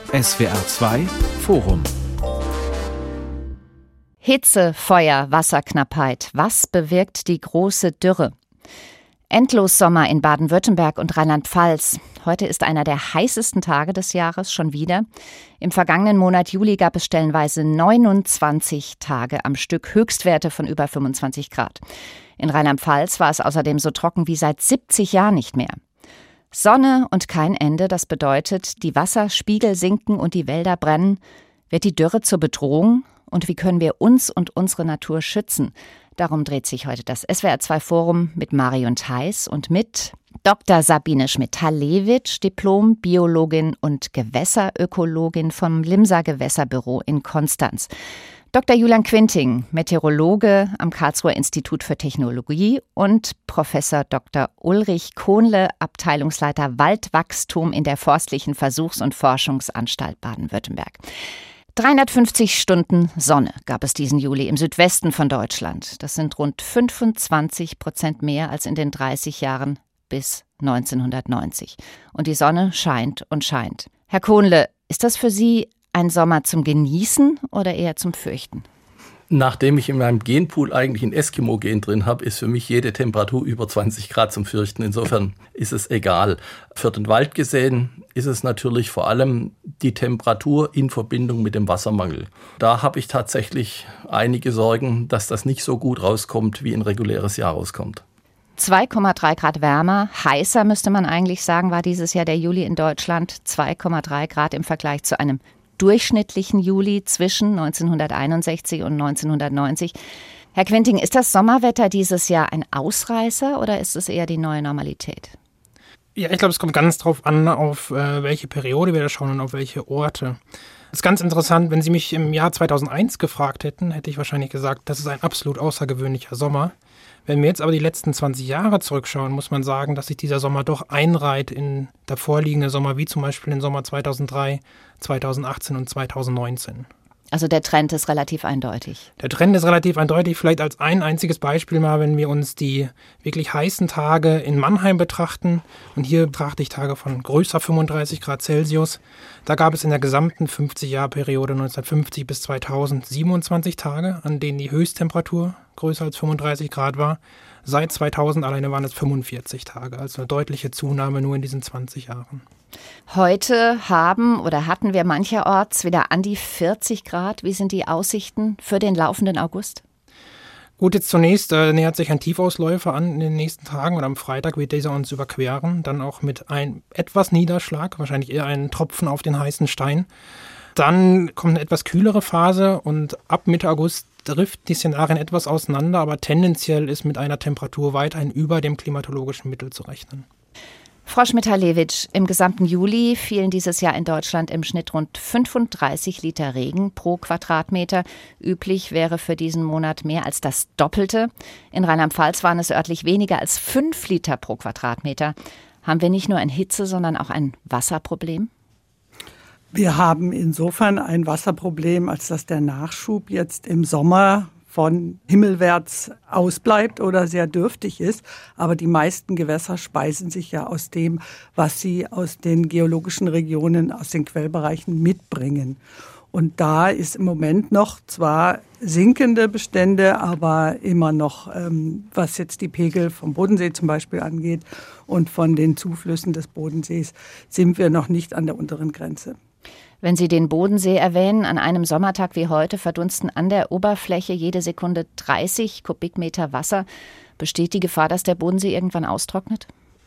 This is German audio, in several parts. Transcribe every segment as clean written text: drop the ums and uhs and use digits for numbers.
SWR 2 Forum. Hitze, Feuer, Wasserknappheit. Was bewirkt die große Dürre? Endlossommer in Baden-Württemberg und Rheinland-Pfalz. Heute ist einer der heißesten Tage des Jahres schon wieder. Im vergangenen Monat Juli gab es stellenweise 29 Tage am Stück Höchstwerte von über 25 Grad. In Rheinland-Pfalz war es außerdem so trocken wie seit 70 Jahren nicht mehr. Sonne und kein Ende, das bedeutet, die Wasserspiegel sinken und die Wälder brennen. Wird die Dürre zur Bedrohung? Und wie können wir uns und unsere Natur schützen? Darum dreht sich heute das SWR 2 Forum mit Marion Theis und mit Dr. Sabine Schmidt-Halewitsch, Diplom-Biologin und Gewässerökologin vom Limser Gewässerbüro in Konstanz. Dr. Julian Quinting, Meteorologe am Karlsruher Institut für Technologie und Professor Dr. Ulrich Kohnle, Abteilungsleiter Waldwachstum in der Forstlichen Versuchs- und Forschungsanstalt Baden-Württemberg. 350 Stunden Sonne gab es diesen Juli im Südwesten von Deutschland. Das sind rund 25% mehr als in den 30 Jahren bis 1990. Und die Sonne scheint und scheint. Herr Kohnle, ist das für Sie ein Sommer zum Genießen oder eher zum Fürchten? Nachdem ich in meinem Genpool eigentlich ein Eskimo-Gen drin habe, ist für mich jede Temperatur über 20 Grad zum Fürchten. Insofern ist es egal. Für den Wald gesehen ist es natürlich vor allem die Temperatur in Verbindung mit dem Wassermangel. Da habe ich tatsächlich einige Sorgen, dass das nicht so gut rauskommt, wie ein reguläres Jahr rauskommt. 2,3 Grad wärmer, heißer müsste man eigentlich sagen, war dieses Jahr der Juli in Deutschland. 2,3 Grad im Vergleich zu einem durchschnittlichen Juli zwischen 1961 und 1990. Herr Quinting, ist das Sommerwetter dieses Jahr ein Ausreißer oder ist es eher die neue Normalität? Ja, ich glaube, es kommt ganz drauf an, auf welche Periode wir da schauen und auf welche Orte. Das ist ganz interessant, wenn Sie mich im Jahr 2001 gefragt hätten, hätte ich wahrscheinlich gesagt, das ist ein absolut außergewöhnlicher Sommer. Wenn wir jetzt aber die letzten 20 Jahre zurückschauen, muss man sagen, dass sich dieser Sommer doch einreiht in davor liegende Sommer, wie zum Beispiel den Sommer 2003, 2018 und 2019. Also der Trend ist relativ eindeutig. Der Trend ist relativ eindeutig. Vielleicht als ein einziges Beispiel mal, wenn wir uns die wirklich heißen Tage in Mannheim betrachten. Und hier betrachte ich Tage von größer 35 Grad Celsius. Da gab es in der gesamten 50-Jahr-Periode 1950 bis 2000 27 Tage, an denen die Höchsttemperatur größer als 35 Grad war. Seit 2000 alleine waren es 45 Tage, also eine deutliche Zunahme nur in diesen 20 Jahren. Heute hatten wir mancherorts wieder an die 40 Grad. Wie sind die Aussichten für den laufenden August? Gut, jetzt zunächst nähert sich ein Tiefausläufer an in den nächsten Tagen und am Freitag wird dieser uns überqueren. Dann auch mit einem etwas Niederschlag, wahrscheinlich eher einen Tropfen auf den heißen Stein. Dann kommt eine etwas kühlere Phase und ab Mitte August driften die Szenarien etwas auseinander, aber tendenziell ist mit einer Temperatur weiterhin über dem klimatologischen Mittel zu rechnen. Frau Schmidt-Halewitsch, im gesamten Juli fielen dieses Jahr in Deutschland im Schnitt rund 35 Liter Regen pro Quadratmeter. Üblich wäre für diesen Monat mehr als das Doppelte. In Rheinland-Pfalz waren es örtlich weniger als 5 Liter pro Quadratmeter. Haben wir nicht nur ein Hitze-, sondern auch ein Wasserproblem? Wir haben insofern ein Wasserproblem, als dass der Nachschub jetzt im Sommer von himmelwärts ausbleibt oder sehr dürftig ist. Aber die meisten Gewässer speisen sich ja aus dem, was sie aus den geologischen Regionen, aus den Quellbereichen mitbringen. Und da ist im Moment noch zwar sinkende Bestände, aber immer noch, was jetzt die Pegel vom Bodensee zum Beispiel angeht und von den Zuflüssen des Bodensees, sind wir noch nicht an der unteren Grenze. Wenn Sie den Bodensee erwähnen, an einem Sommertag wie heute verdunsten an der Oberfläche jede Sekunde 30 Kubikmeter Wasser. Besteht die Gefahr, dass der Bodensee irgendwann austrocknet?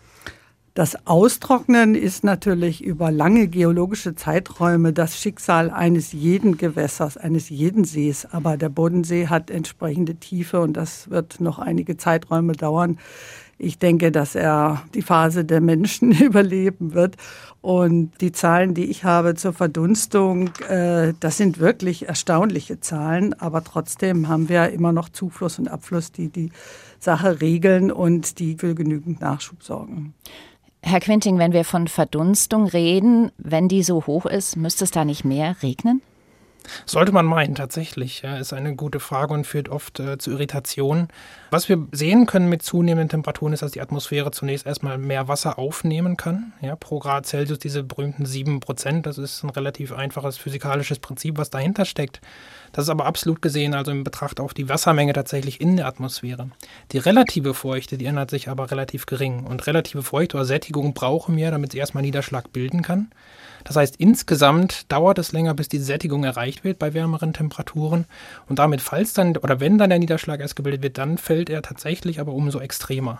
Das Austrocknen ist natürlich über lange geologische Zeiträume das Schicksal eines jeden Gewässers, eines jeden Sees. Aber der Bodensee hat entsprechende Tiefe und das wird noch einige Zeiträume dauern. Ich denke, dass er die Phase der Menschen überleben wird. Und die Zahlen, die ich habe zur Verdunstung, das sind wirklich erstaunliche Zahlen. Aber trotzdem haben wir immer noch Zufluss und Abfluss, die die Sache regeln und die für genügend Nachschub sorgen. Herr Quinting, wenn wir von Verdunstung reden, wenn die so hoch ist, müsste es da nicht mehr regnen? Sollte man meinen, tatsächlich. Ja, ist eine gute Frage und führt oft zu Irritationen. Was wir sehen können mit zunehmenden Temperaturen ist, dass die Atmosphäre zunächst erstmal mehr Wasser aufnehmen kann. Ja, pro Grad Celsius diese berühmten 7%. Das ist ein relativ einfaches physikalisches Prinzip, was dahinter steckt. Das ist aber absolut gesehen, also in Betracht auf die Wassermenge tatsächlich in der Atmosphäre. Die relative Feuchte, die ändert sich aber relativ gering. Und relative Feuchte oder Sättigung brauchen wir, damit sie erstmal Niederschlag bilden kann. Das heißt, insgesamt dauert es länger, bis die Sättigung erreicht wird bei wärmeren Temperaturen. Und damit, falls dann oder wenn dann der Niederschlag erst gebildet wird, dann fällt er tatsächlich aber umso extremer.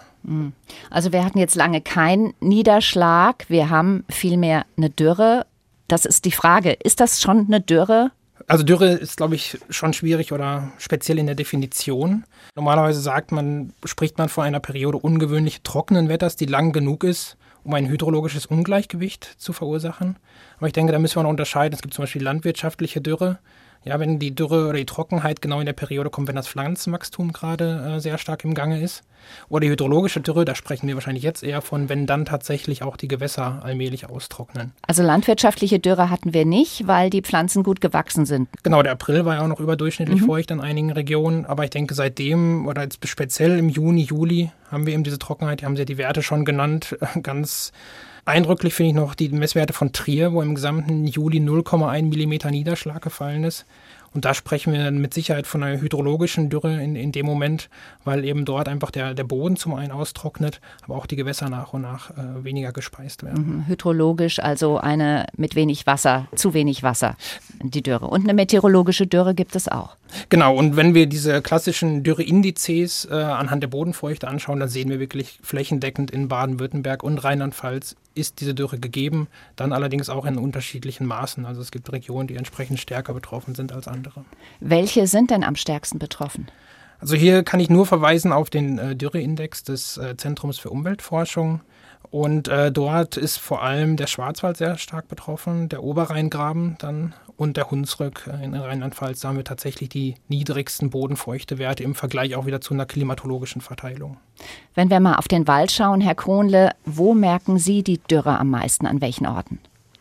Also wir hatten jetzt lange keinen Niederschlag, wir haben vielmehr eine Dürre. Das ist die Frage, ist das schon eine Dürre? Also Dürre ist, glaube ich, schon schwierig oder speziell in der Definition. Normalerweise spricht man von einer Periode ungewöhnlich trockenen Wetters, die lang genug ist, um ein hydrologisches Ungleichgewicht zu verursachen. Aber ich denke, da müssen wir noch unterscheiden. Es gibt zum Beispiel landwirtschaftliche Dürre. Ja, wenn die Dürre oder die Trockenheit genau in der Periode kommt, wenn das Pflanzenwachstum gerade sehr stark im Gange ist. Oder die hydrologische Dürre, da sprechen wir wahrscheinlich jetzt eher von, wenn dann tatsächlich auch die Gewässer allmählich austrocknen. Also landwirtschaftliche Dürre hatten wir nicht, weil die Pflanzen gut gewachsen sind. Genau, der April war ja auch noch überdurchschnittlich feucht in einigen Regionen. Aber ich denke, seitdem oder jetzt speziell im Juni, Juli haben wir eben diese Trockenheit, die haben Sie ja die Werte schon genannt, ganz eindrücklich finde ich noch die Messwerte von Trier, wo im gesamten Juli 0,1 Millimeter Niederschlag gefallen ist. Und da sprechen wir mit Sicherheit von einer hydrologischen Dürre in dem Moment, weil eben dort einfach der Boden zum einen austrocknet, aber auch die Gewässer nach und nach weniger gespeist werden. Hydrologisch, also eine mit wenig Wasser, zu wenig Wasser, die Dürre. Und eine meteorologische Dürre gibt es auch. Genau, und wenn wir diese klassischen Dürreindizes anhand der Bodenfeuchte anschauen, dann sehen wir wirklich flächendeckend in Baden-Württemberg und Rheinland-Pfalz ist diese Dürre gegeben, dann allerdings auch in unterschiedlichen Maßen. Also es gibt Regionen, die entsprechend stärker betroffen sind als andere. Welche sind denn am stärksten betroffen? Also hier kann ich nur verweisen auf den Dürreindex des Zentrums für Umweltforschung. Und dort ist vor allem der Schwarzwald sehr stark betroffen, der Oberrheingraben dann und der Hunsrück in Rheinland-Pfalz. Da haben wir tatsächlich die niedrigsten Bodenfeuchtewerte im Vergleich auch wieder zu einer klimatologischen Verteilung. Wenn wir mal auf den Wald schauen, Herr Kronle, wo merken Sie die Dürre am meisten, an welchen Orten?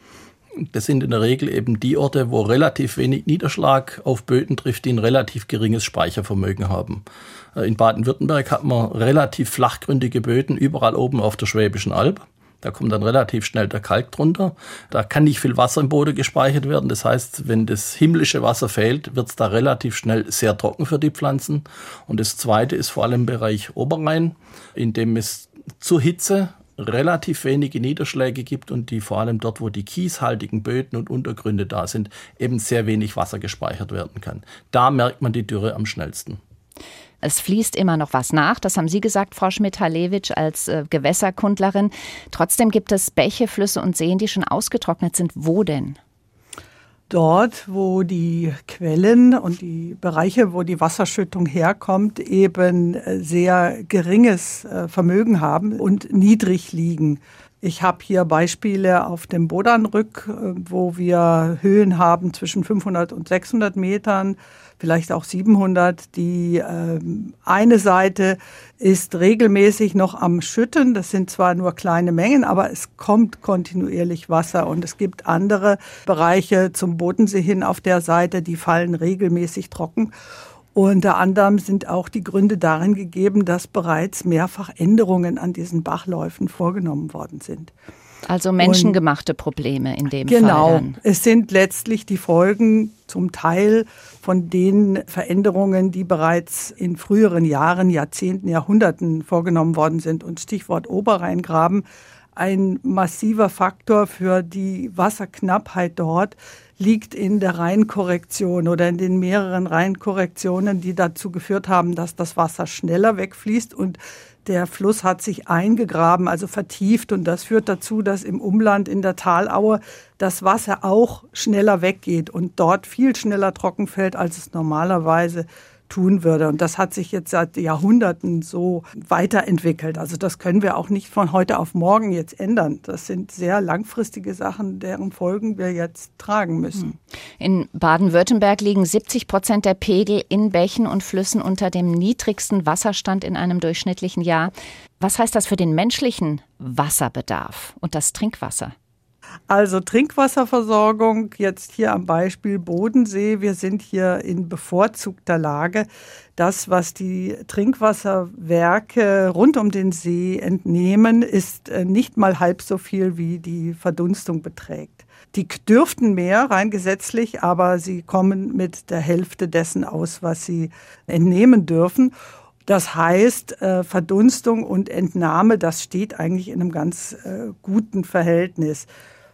Das sind in der Regel eben die Orte, wo relativ wenig Niederschlag auf Böden trifft, die ein relativ geringes Speichervermögen haben. In Baden-Württemberg hat man relativ flachgründige Böden, überall oben auf der Schwäbischen Alb. Da kommt dann relativ schnell der Kalk drunter. Da kann nicht viel Wasser im Boden gespeichert werden. Das heißt, wenn das himmlische Wasser fehlt, wird es da relativ schnell sehr trocken für die Pflanzen. Und das Zweite ist vor allem im Bereich Oberrhein, in dem es zur Hitze relativ wenige Niederschläge gibt und die vor allem dort, wo die kieshaltigen Böden und Untergründe da sind, eben sehr wenig Wasser gespeichert werden kann. Da merkt man die Dürre am schnellsten. Es fließt immer noch was nach, das haben Sie gesagt, Frau Schmidt-Halewitsch, als Gewässerkundlerin. Trotzdem gibt es Bäche, Flüsse und Seen, die schon ausgetrocknet sind. Wo denn? Dort, wo die Quellen und die Bereiche, wo die Wasserschüttung herkommt, eben sehr geringes Vermögen haben und niedrig liegen. Ich habe hier Beispiele auf dem Bodernrück, wo wir Höhen haben zwischen 500 und 600 Metern, vielleicht auch 700. Die eine Seite ist regelmäßig noch am Schütten. Das sind zwar nur kleine Mengen, aber es kommt kontinuierlich Wasser. Und es gibt andere Bereiche zum Bodensee hin auf der Seite, die fallen regelmäßig trocken. Unter anderem sind auch die Gründe darin gegeben, dass bereits mehrfach Änderungen an diesen Bachläufen vorgenommen worden sind. Also menschengemachte Probleme in dem genau, Fall dann. Es sind letztlich die Folgen zum Teil von den Veränderungen, die bereits in früheren Jahren, Jahrzehnten, Jahrhunderten vorgenommen worden sind. Und Stichwort Oberrheingraben, ein massiver Faktor für die Wasserknappheit dort liegt in der Rheinkorrektion oder in den mehreren Rheinkorrektionen, die dazu geführt haben, dass das Wasser schneller wegfließt und der Fluss hat sich eingegraben, also vertieft. Und das führt dazu, dass im Umland in der Talaue das Wasser auch schneller weggeht und dort viel schneller trocken fällt, als es normalerweise tun würde. Und das hat sich jetzt seit Jahrhunderten so weiterentwickelt. Also das können wir auch nicht von heute auf morgen jetzt ändern. Das sind sehr langfristige Sachen, deren Folgen wir jetzt tragen müssen. In Baden-Württemberg liegen 70% der Pegel in Bächen und Flüssen unter dem niedrigsten Wasserstand in einem durchschnittlichen Jahr. Was heißt das für den menschlichen Wasserbedarf und das Trinkwasser? Also Trinkwasserversorgung, jetzt hier am Beispiel Bodensee. Wir sind hier in bevorzugter Lage. Das, was die Trinkwasserwerke rund um den See entnehmen, ist nicht mal halb so viel, wie die Verdunstung beträgt. Die dürften mehr, rein gesetzlich, aber sie kommen mit der Hälfte dessen aus, was sie entnehmen dürfen. Das heißt, Verdunstung und Entnahme, das steht eigentlich in einem ganz guten Verhältnis.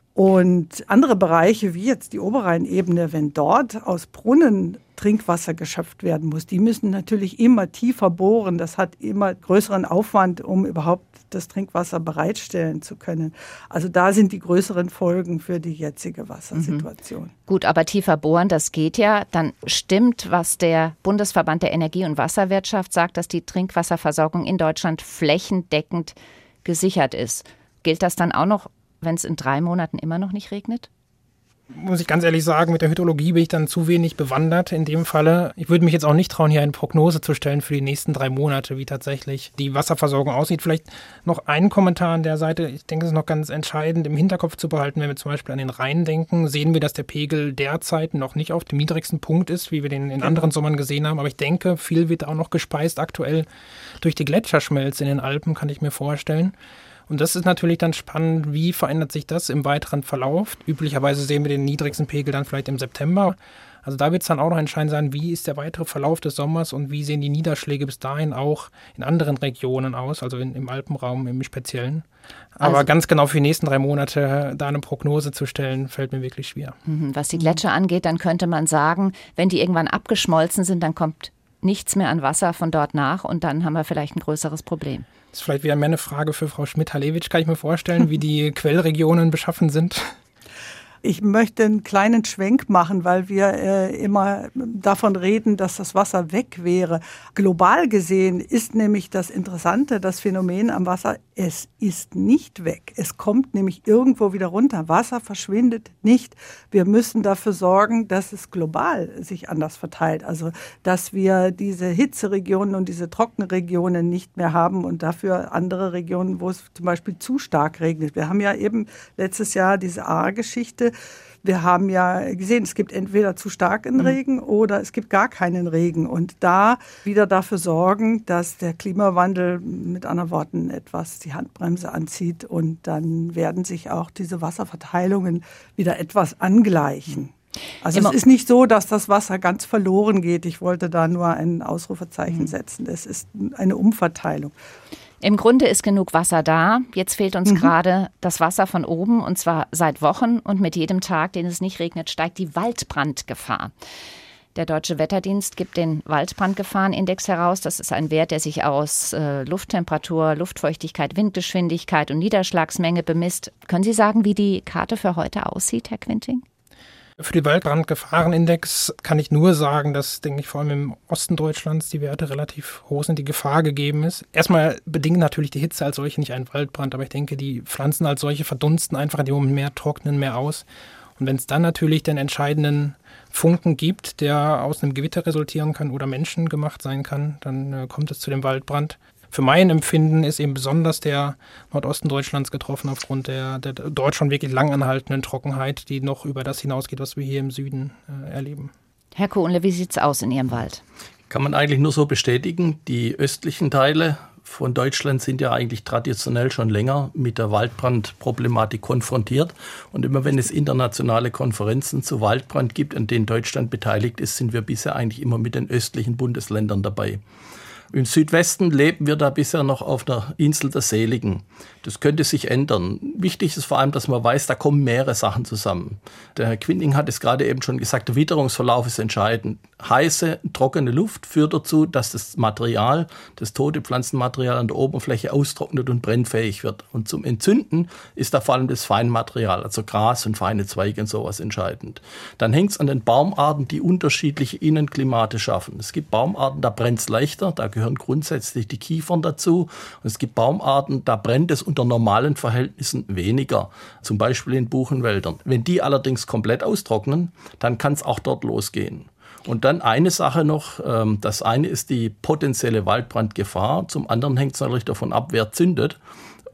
Und andere Bereiche, wie jetzt die Oberrheinebene, wenn dort aus Brunnen Trinkwasser geschöpft werden muss, die müssen natürlich immer tiefer bohren. Das hat immer größeren Aufwand, um überhaupt das Trinkwasser bereitstellen zu können. Also da sind die größeren Folgen für die jetzige Wassersituation. Gut, aber tiefer bohren, das geht ja. Dann stimmt, was der Bundesverband der Energie- und Wasserwirtschaft sagt, dass die Trinkwasserversorgung in Deutschland flächendeckend gesichert ist. Gilt das dann auch noch, wenn es in 3 Monaten immer noch nicht regnet? Muss ich ganz ehrlich sagen, mit der Hydrologie bin ich dann zu wenig bewandert in dem Falle. Ich würde mich jetzt auch nicht trauen, hier eine Prognose zu stellen für die nächsten 3 Monate, wie tatsächlich die Wasserversorgung aussieht. Vielleicht noch einen Kommentar an der Seite. Ich denke, es ist noch ganz entscheidend, im Hinterkopf zu behalten, wenn wir zum Beispiel an den Rhein denken, sehen wir, dass der Pegel derzeit noch nicht auf dem niedrigsten Punkt ist, wie wir den in anderen Sommern gesehen haben. Aber ich denke, viel wird auch noch gespeist aktuell durch die Gletscherschmelze in den Alpen, kann ich mir vorstellen. Und das ist natürlich dann spannend, wie verändert sich das im weiteren Verlauf. Üblicherweise sehen wir den niedrigsten Pegel dann vielleicht im September. Also da wird es dann auch noch entscheidend sein, wie ist der weitere Verlauf des Sommers und wie sehen die Niederschläge bis dahin auch in anderen Regionen aus, also im Alpenraum im Speziellen. Aber ganz genau für die nächsten 3 Monate da eine Prognose zu stellen, fällt mir wirklich schwer. Was die Gletscher angeht, dann könnte man sagen, wenn die irgendwann abgeschmolzen sind, dann kommt nichts mehr an Wasser von dort nach und dann haben wir vielleicht ein größeres Problem. Das ist vielleicht wieder mehr eine Frage für Frau Schmidt-Halewitsch, kann ich mir vorstellen, wie die Quellregionen beschaffen sind. Ich möchte einen kleinen Schwenk machen, weil wir immer davon reden, dass das Wasser weg wäre. Global gesehen ist nämlich das Interessante, das Phänomen am Wasser, es ist nicht weg. Es kommt nämlich irgendwo wieder runter. Wasser verschwindet nicht. Wir müssen dafür sorgen, dass es global sich anders verteilt. Also, dass wir diese Hitzeregionen und diese Trockenregionen nicht mehr haben und dafür andere Regionen, wo es zum Beispiel zu stark regnet. Wir haben ja eben letztes Jahr diese Ahr-Geschichte. Wir haben ja gesehen, es gibt entweder zu starken Regen oder es gibt gar keinen Regen. Und da wieder dafür sorgen, dass der Klimawandel mit anderen Worten etwas die Handbremse anzieht und dann werden sich auch diese Wasserverteilungen wieder etwas angleichen. Also es ist nicht so, dass das Wasser ganz verloren geht. Ich wollte da nur ein Ausrufezeichen setzen. Es ist eine Umverteilung. Im Grunde ist genug Wasser da. Jetzt fehlt uns gerade das Wasser von oben und zwar seit Wochen. Und mit jedem Tag, den es nicht regnet, steigt die Waldbrandgefahr. Der Deutsche Wetterdienst gibt den Waldbrandgefahrenindex heraus. Das ist ein Wert, der sich aus Lufttemperatur, Luftfeuchtigkeit, Windgeschwindigkeit und Niederschlagsmenge bemisst. Können Sie sagen, wie die Karte für heute aussieht, Herr Quinting? Für den Waldbrandgefahrenindex kann ich nur sagen, dass, denke ich, vor allem im Osten Deutschlands die Werte relativ hoch sind, die Gefahr gegeben ist. Erstmal bedingt natürlich die Hitze als solche nicht einen Waldbrand, aber ich denke, die Pflanzen als solche verdunsten einfach in dem Moment mehr, trocknen mehr aus. Und wenn es dann natürlich den entscheidenden Funken gibt, der aus einem Gewitter resultieren kann oder menschengemacht sein kann, dann kommt es zu dem Waldbrand. Für mein Empfinden ist eben besonders der Nordosten Deutschlands getroffen aufgrund der dort schon wirklich lang anhaltenden Trockenheit, die noch über das hinausgeht, was wir hier im Süden erleben. Herr Kohnle, wie sieht es aus in Ihrem Wald? Kann man eigentlich nur so bestätigen. Die östlichen Teile von Deutschland sind ja eigentlich traditionell schon länger mit der Waldbrandproblematik konfrontiert. Und immer wenn es internationale Konferenzen zu Waldbrand gibt, an denen Deutschland beteiligt ist, sind wir bisher eigentlich immer mit den östlichen Bundesländern dabei. Im Südwesten leben wir da bisher noch auf der Insel der Seligen. Das könnte sich ändern. Wichtig ist vor allem, dass man weiß, da kommen mehrere Sachen zusammen. Der Herr Quinting hat es gerade eben schon gesagt, der Witterungsverlauf ist entscheidend. Heiße, trockene Luft führt dazu, dass das Material, das tote Pflanzenmaterial an der Oberfläche austrocknet und brennfähig wird. Und zum Entzünden ist da vor allem das Feinmaterial, also Gras und feine Zweige und sowas entscheidend. Dann hängt es an den Baumarten, die unterschiedliche Innenklimate schaffen. Es gibt Baumarten, da brennt es leichter, da gehören grundsätzlich die Kiefern dazu. Und es gibt Baumarten, da brennt es unter normalen Verhältnissen weniger, zum Beispiel in Buchenwäldern. Wenn die allerdings komplett austrocknen, dann kann es auch dort losgehen. Und dann eine Sache noch, das eine ist die potenzielle Waldbrandgefahr, zum anderen hängt es natürlich davon ab, wer zündet.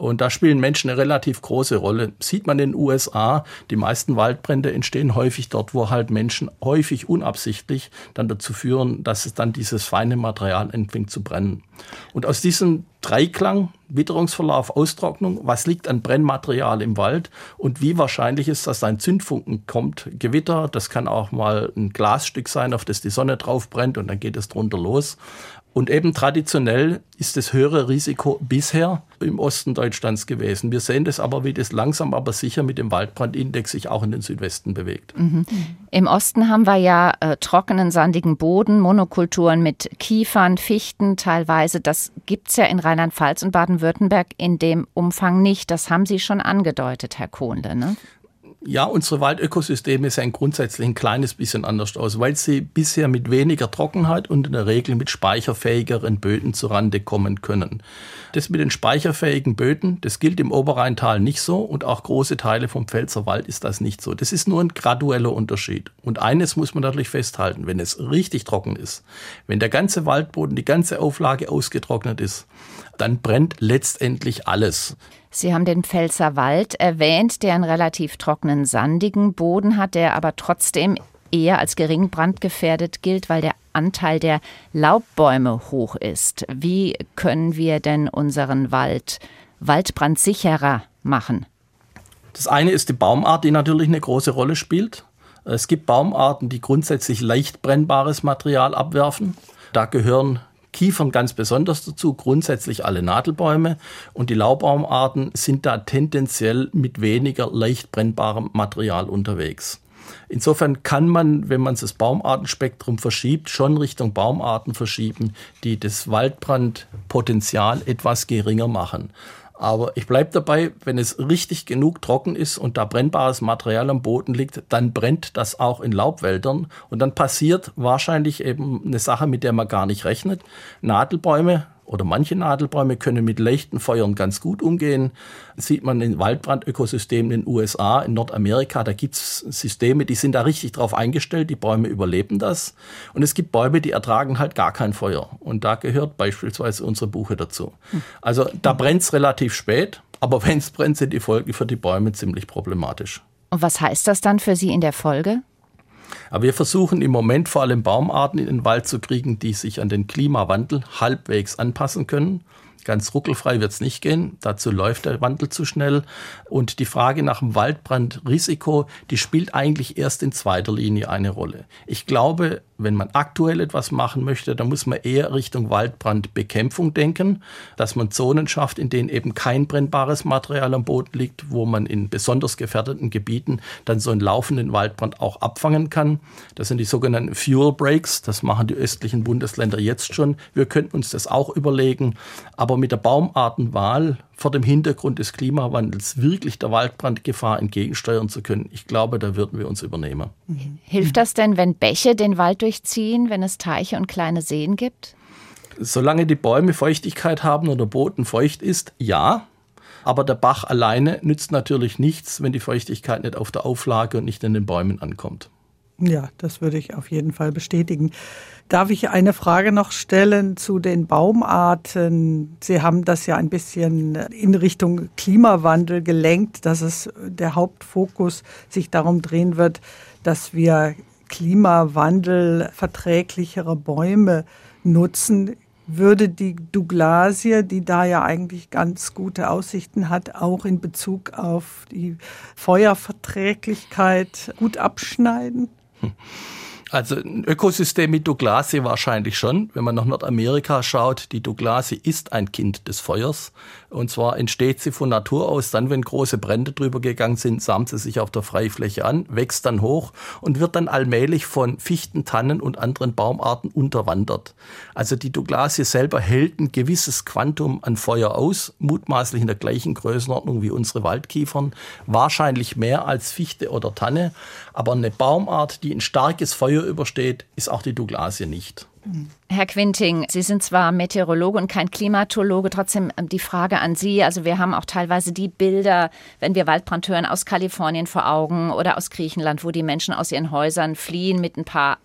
Und da spielen Menschen eine relativ große Rolle. Sieht man in den USA, die meisten Waldbrände entstehen häufig dort, wo halt Menschen häufig unabsichtlich dann dazu führen, dass es dann dieses feine Material anfängt zu brennen. Und aus diesem Dreiklang, Witterungsverlauf, Austrocknung, was liegt an Brennmaterial im Wald und wie wahrscheinlich ist, dass ein Zündfunken kommt, Gewitter, das kann auch mal ein Glasstück sein, auf das die Sonne drauf brennt und dann geht es drunter los. Und eben traditionell ist das höhere Risiko bisher im Osten Deutschlands gewesen. Wir sehen das aber, wie das langsam aber sicher mit dem Waldbrandindex sich auch in den Südwesten bewegt. Mhm. Im Osten haben wir ja trockenen, sandigen Boden, Monokulturen mit Kiefern, Fichten teilweise. Das gibt es ja in Rheinland-Pfalz und Baden-Württemberg in dem Umfang nicht. Das haben Sie schon angedeutet, Herr Kohnle, ne? Ja, unsere Waldökosysteme sehen grundsätzlich ein kleines bisschen anders aus, weil sie bisher mit weniger Trockenheit und in der Regel mit speicherfähigeren Böden zurande kommen können. Das mit den speicherfähigen Böden, das gilt im Oberrheintal nicht so und auch große Teile vom Pfälzerwald ist das nicht so. Das ist nur ein gradueller Unterschied. Und eines muss man natürlich festhalten, wenn es richtig trocken ist, wenn der ganze Waldboden, die ganze Auflage ausgetrocknet ist, dann brennt letztendlich alles. Sie haben den Pfälzerwald erwähnt, der einen relativ trockenen, sandigen Boden hat, der aber trotzdem eher als gering brandgefährdet gilt, weil der Anteil der Laubbäume hoch ist. Wie können wir denn unseren Wald waldbrandsicherer machen? Das eine ist die Baumart, die natürlich eine große Rolle spielt. Es gibt Baumarten, die grundsätzlich leicht brennbares Material abwerfen. Da gehören Kiefern ganz besonders dazu, grundsätzlich alle Nadelbäume. Und die Laubbaumarten sind da tendenziell mit weniger leicht brennbarem Material unterwegs. Insofern kann man, wenn man das Baumartenspektrum verschiebt, schon Richtung Baumarten verschieben, die das Waldbrandpotenzial etwas geringer machen. Aber ich bleibe dabei, wenn es richtig genug trocken ist und da brennbares Material am Boden liegt, dann brennt das auch in Laubwäldern. Und dann passiert wahrscheinlich eben eine Sache, mit der man gar nicht rechnet. Nadelbäume oder manche Nadelbäume können mit leichten Feuern ganz gut umgehen. Das sieht man in Waldbrandökosystemen in den USA, in Nordamerika. Da gibt es Systeme, die sind da richtig drauf eingestellt. Die Bäume überleben das. Und es gibt Bäume, die ertragen halt gar kein Feuer. Und da gehört beispielsweise unsere Buche dazu. Also da brennt es relativ spät. Aber wenn es brennt, sind die Folgen für die Bäume ziemlich problematisch. Und was heißt das dann für Sie in der Folge? Aber wir versuchen im Moment vor allem Baumarten in den Wald zu kriegen, die sich an den Klimawandel halbwegs anpassen können. Ganz ruckelfrei wird es nicht gehen, dazu läuft der Wandel zu schnell. Und die Frage nach dem Waldbrandrisiko, die spielt eigentlich erst in zweiter Linie eine Rolle. Ich glaube, wenn man aktuell etwas machen möchte, dann muss man eher Richtung Waldbrandbekämpfung denken, dass man Zonen schafft, in denen eben kein brennbares Material am Boden liegt, wo man in besonders gefährdeten Gebieten dann so einen laufenden Waldbrand auch abfangen kann. Das sind die sogenannten Fuel Breaks, das machen die östlichen Bundesländer jetzt schon. Wir könnten uns das auch überlegen, aber mit der Baumartenwahl vor dem Hintergrund des Klimawandels wirklich der Waldbrandgefahr entgegensteuern zu können, ich glaube, da würden wir uns übernehmen. Hilft das denn, wenn Bäche den Wald durchziehen, wenn es Teiche und kleine Seen gibt? Solange die Bäume Feuchtigkeit haben und der Boden feucht ist, ja. Aber der Bach alleine nützt natürlich nichts, wenn die Feuchtigkeit nicht auf der Auflage und nicht in den Bäumen ankommt. Ja, das würde ich auf jeden Fall bestätigen. Darf ich eine Frage noch stellen zu den Baumarten? Sie haben das ja ein bisschen in Richtung Klimawandel gelenkt, dass es der Hauptfokus sich darum drehen wird, dass wir klimawandelverträglichere Bäume nutzen. Würde die Douglasie, die da ja eigentlich ganz gute Aussichten hat, auch in Bezug auf die Feuerverträglichkeit gut abschneiden? Also ein Ökosystem mit Douglasie wahrscheinlich schon. Wenn man nach Nordamerika schaut, die Douglasie ist ein Kind des Feuers. Und zwar entsteht sie von Natur aus dann, wenn große Brände drüber gegangen sind, samt sie sich auf der Freifläche an, wächst dann hoch und wird dann allmählich von Fichten, Tannen und anderen Baumarten unterwandert. Also die Douglasie selber hält ein gewisses Quantum an Feuer aus, mutmaßlich in der gleichen Größenordnung wie unsere Waldkiefern, wahrscheinlich mehr als Fichte oder Tanne. Aber eine Baumart, die ein starkes Feuer übersteht, ist auch die Douglasie nicht. Herr Quinting, Sie sind zwar Meteorologe und kein Klimatologe, trotzdem die Frage an Sie. Also wir haben auch teilweise die Bilder, wenn wir Waldbrand hören, aus Kalifornien vor Augen oder aus Griechenland, wo die Menschen aus ihren Häusern fliehen mit ein paar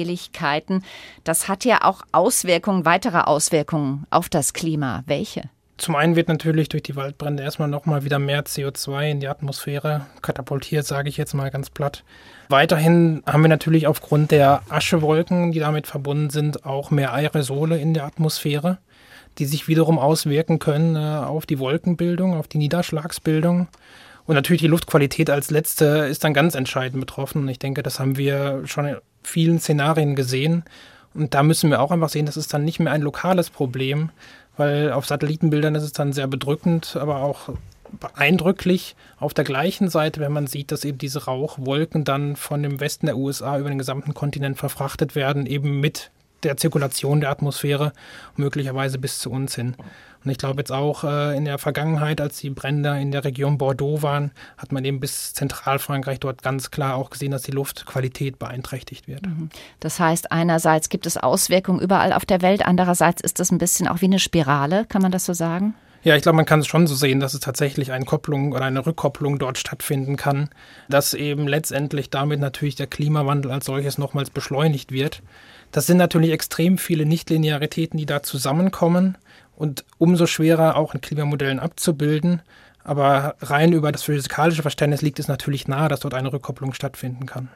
Habseligkeiten. Das hat ja auch Auswirkungen, weitere Auswirkungen auf das Klima. Welche? Zum einen wird natürlich durch die Waldbrände erstmal nochmal wieder mehr CO2 in die Atmosphäre katapultiert, sage ich jetzt mal ganz platt. Weiterhin haben wir natürlich aufgrund der Aschewolken, die damit verbunden sind, auch mehr Aerosole in der Atmosphäre, die sich wiederum auswirken können auf die Wolkenbildung, auf die Niederschlagsbildung. Und natürlich die Luftqualität als letzte ist dann ganz entscheidend betroffen. Und ich denke, das haben wir schon in vielen Szenarien gesehen. Und da müssen wir auch einfach sehen, das ist dann nicht mehr ein lokales Problem, weil auf Satellitenbildern ist es dann sehr bedrückend, aber auch eindrücklich auf der gleichen Seite, wenn man sieht, dass eben diese Rauchwolken dann von dem Westen der USA über den gesamten Kontinent verfrachtet werden, eben mit der Zirkulation der Atmosphäre, möglicherweise bis zu uns hin. Und ich glaube jetzt auch in der Vergangenheit, als die Brände in der Region Bordeaux waren, hat man eben bis Zentralfrankreich dort ganz klar auch gesehen, dass die Luftqualität beeinträchtigt wird. Das heißt, einerseits gibt es Auswirkungen überall auf der Welt, andererseits ist das ein bisschen auch wie eine Spirale, kann man das so sagen? Ja, ich glaube, man kann es schon so sehen, dass es tatsächlich eine Kopplung oder eine Rückkopplung dort stattfinden kann, dass eben letztendlich damit natürlich der Klimawandel als solches nochmals beschleunigt wird. Das sind natürlich extrem viele Nichtlinearitäten, die da zusammenkommen und umso schwerer auch in Klimamodellen abzubilden. Aber rein über das physikalische Verständnis liegt es natürlich nahe, dass dort eine Rückkopplung stattfinden kann.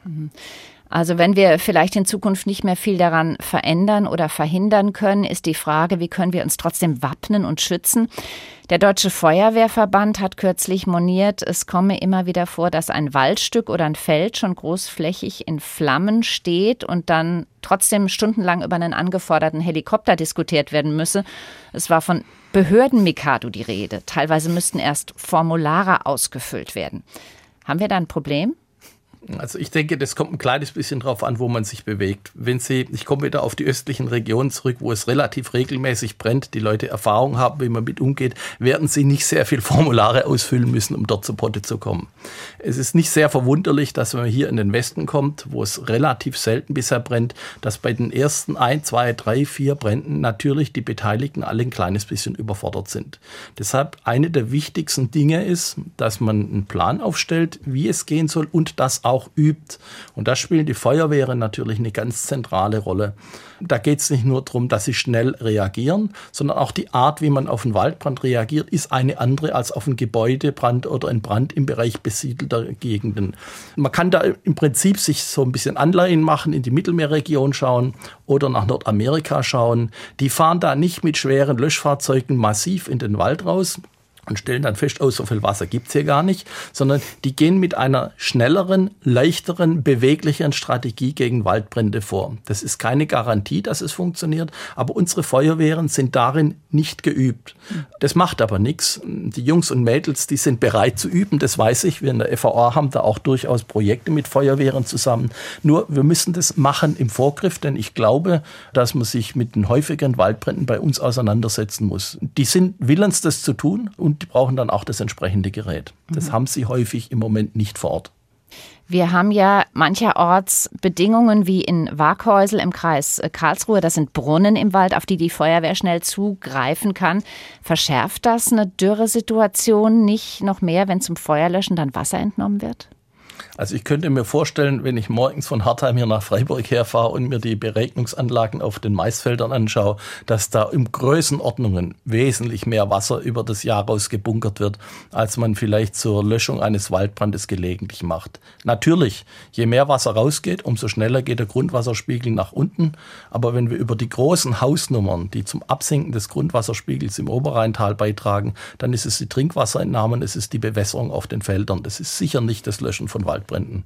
Also wenn wir vielleicht in Zukunft nicht mehr viel daran verändern oder verhindern können, ist die Frage, wie können wir uns trotzdem wappnen und schützen? Der Deutsche Feuerwehrverband hat kürzlich moniert, es komme immer wieder vor, dass ein Waldstück oder ein Feld schon großflächig in Flammen steht und dann trotzdem stundenlang über einen angeforderten Helikopter diskutiert werden müsse. Es war von Behörden-Mikado die Rede. Teilweise müssten erst Formulare ausgefüllt werden. Haben wir da ein Problem? Also ich denke, das kommt ein kleines bisschen drauf an, wo man sich bewegt. Ich komme wieder auf die östlichen Regionen zurück, wo es relativ regelmäßig brennt, die Leute Erfahrung haben, wie man mit umgeht, werden sie nicht sehr viel Formulare ausfüllen müssen, um dort zu Potte zu kommen. Es ist nicht sehr verwunderlich, dass wenn man hier in den Westen kommt, wo es relativ selten bisher brennt, dass bei den ersten 1, 2, 3, 4 Bränden natürlich die Beteiligten alle ein kleines bisschen überfordert sind. Deshalb eine der wichtigsten Dinge ist, dass man einen Plan aufstellt, wie es gehen soll und das auch übt. Und da spielen die Feuerwehren natürlich eine ganz zentrale Rolle. Da geht es nicht nur darum, dass sie schnell reagieren, sondern auch die Art, wie man auf einen Waldbrand reagiert, ist eine andere als auf einen Gebäudebrand oder einen Brand im Bereich besiedelter Gegenden. Man kann da im Prinzip sich so ein bisschen Anleihen machen, in die Mittelmeerregion schauen oder nach Nordamerika schauen. Die fahren da nicht mit schweren Löschfahrzeugen massiv in den Wald raus und stellen dann fest, so viel Wasser gibt's hier gar nicht, sondern die gehen mit einer schnelleren, leichteren, beweglichen Strategie gegen Waldbrände vor. Das ist keine Garantie, dass es funktioniert, aber unsere Feuerwehren sind darin nicht geübt. Das macht aber nichts. Die Jungs und Mädels, die sind bereit zu üben, das weiß ich. Wir in der FVA haben da auch durchaus Projekte mit Feuerwehren zusammen. Nur wir müssen das machen im Vorgriff, denn ich glaube, dass man sich mit den häufigen Waldbränden bei uns auseinandersetzen muss. Die sind willens, das zu tun und die brauchen dann auch das entsprechende Gerät. Das haben sie häufig im Moment nicht vor Ort. Wir haben ja mancherorts Bedingungen wie in Waaghäusel im Kreis Karlsruhe. Das sind Brunnen im Wald, auf die die Feuerwehr schnell zugreifen kann. Verschärft das eine Dürresituation nicht noch mehr, wenn zum Feuerlöschen dann Wasser entnommen wird? Also ich könnte mir vorstellen, wenn ich morgens von Hartheim hier nach Freiburg herfahre und mir die Beregnungsanlagen auf den Maisfeldern anschaue, dass da in Größenordnungen wesentlich mehr Wasser über das Jahr raus gebunkert wird, als man vielleicht zur Löschung eines Waldbrandes gelegentlich macht. Natürlich, je mehr Wasser rausgeht, umso schneller geht der Grundwasserspiegel nach unten. Aber wenn wir über die großen Hausnummern, die zum Absinken des Grundwasserspiegels im Oberrheintal beitragen, dann ist es die Trinkwasserentnahme und es ist die Bewässerung auf den Feldern. Das ist sicher nicht das Löschen von Waldbränden.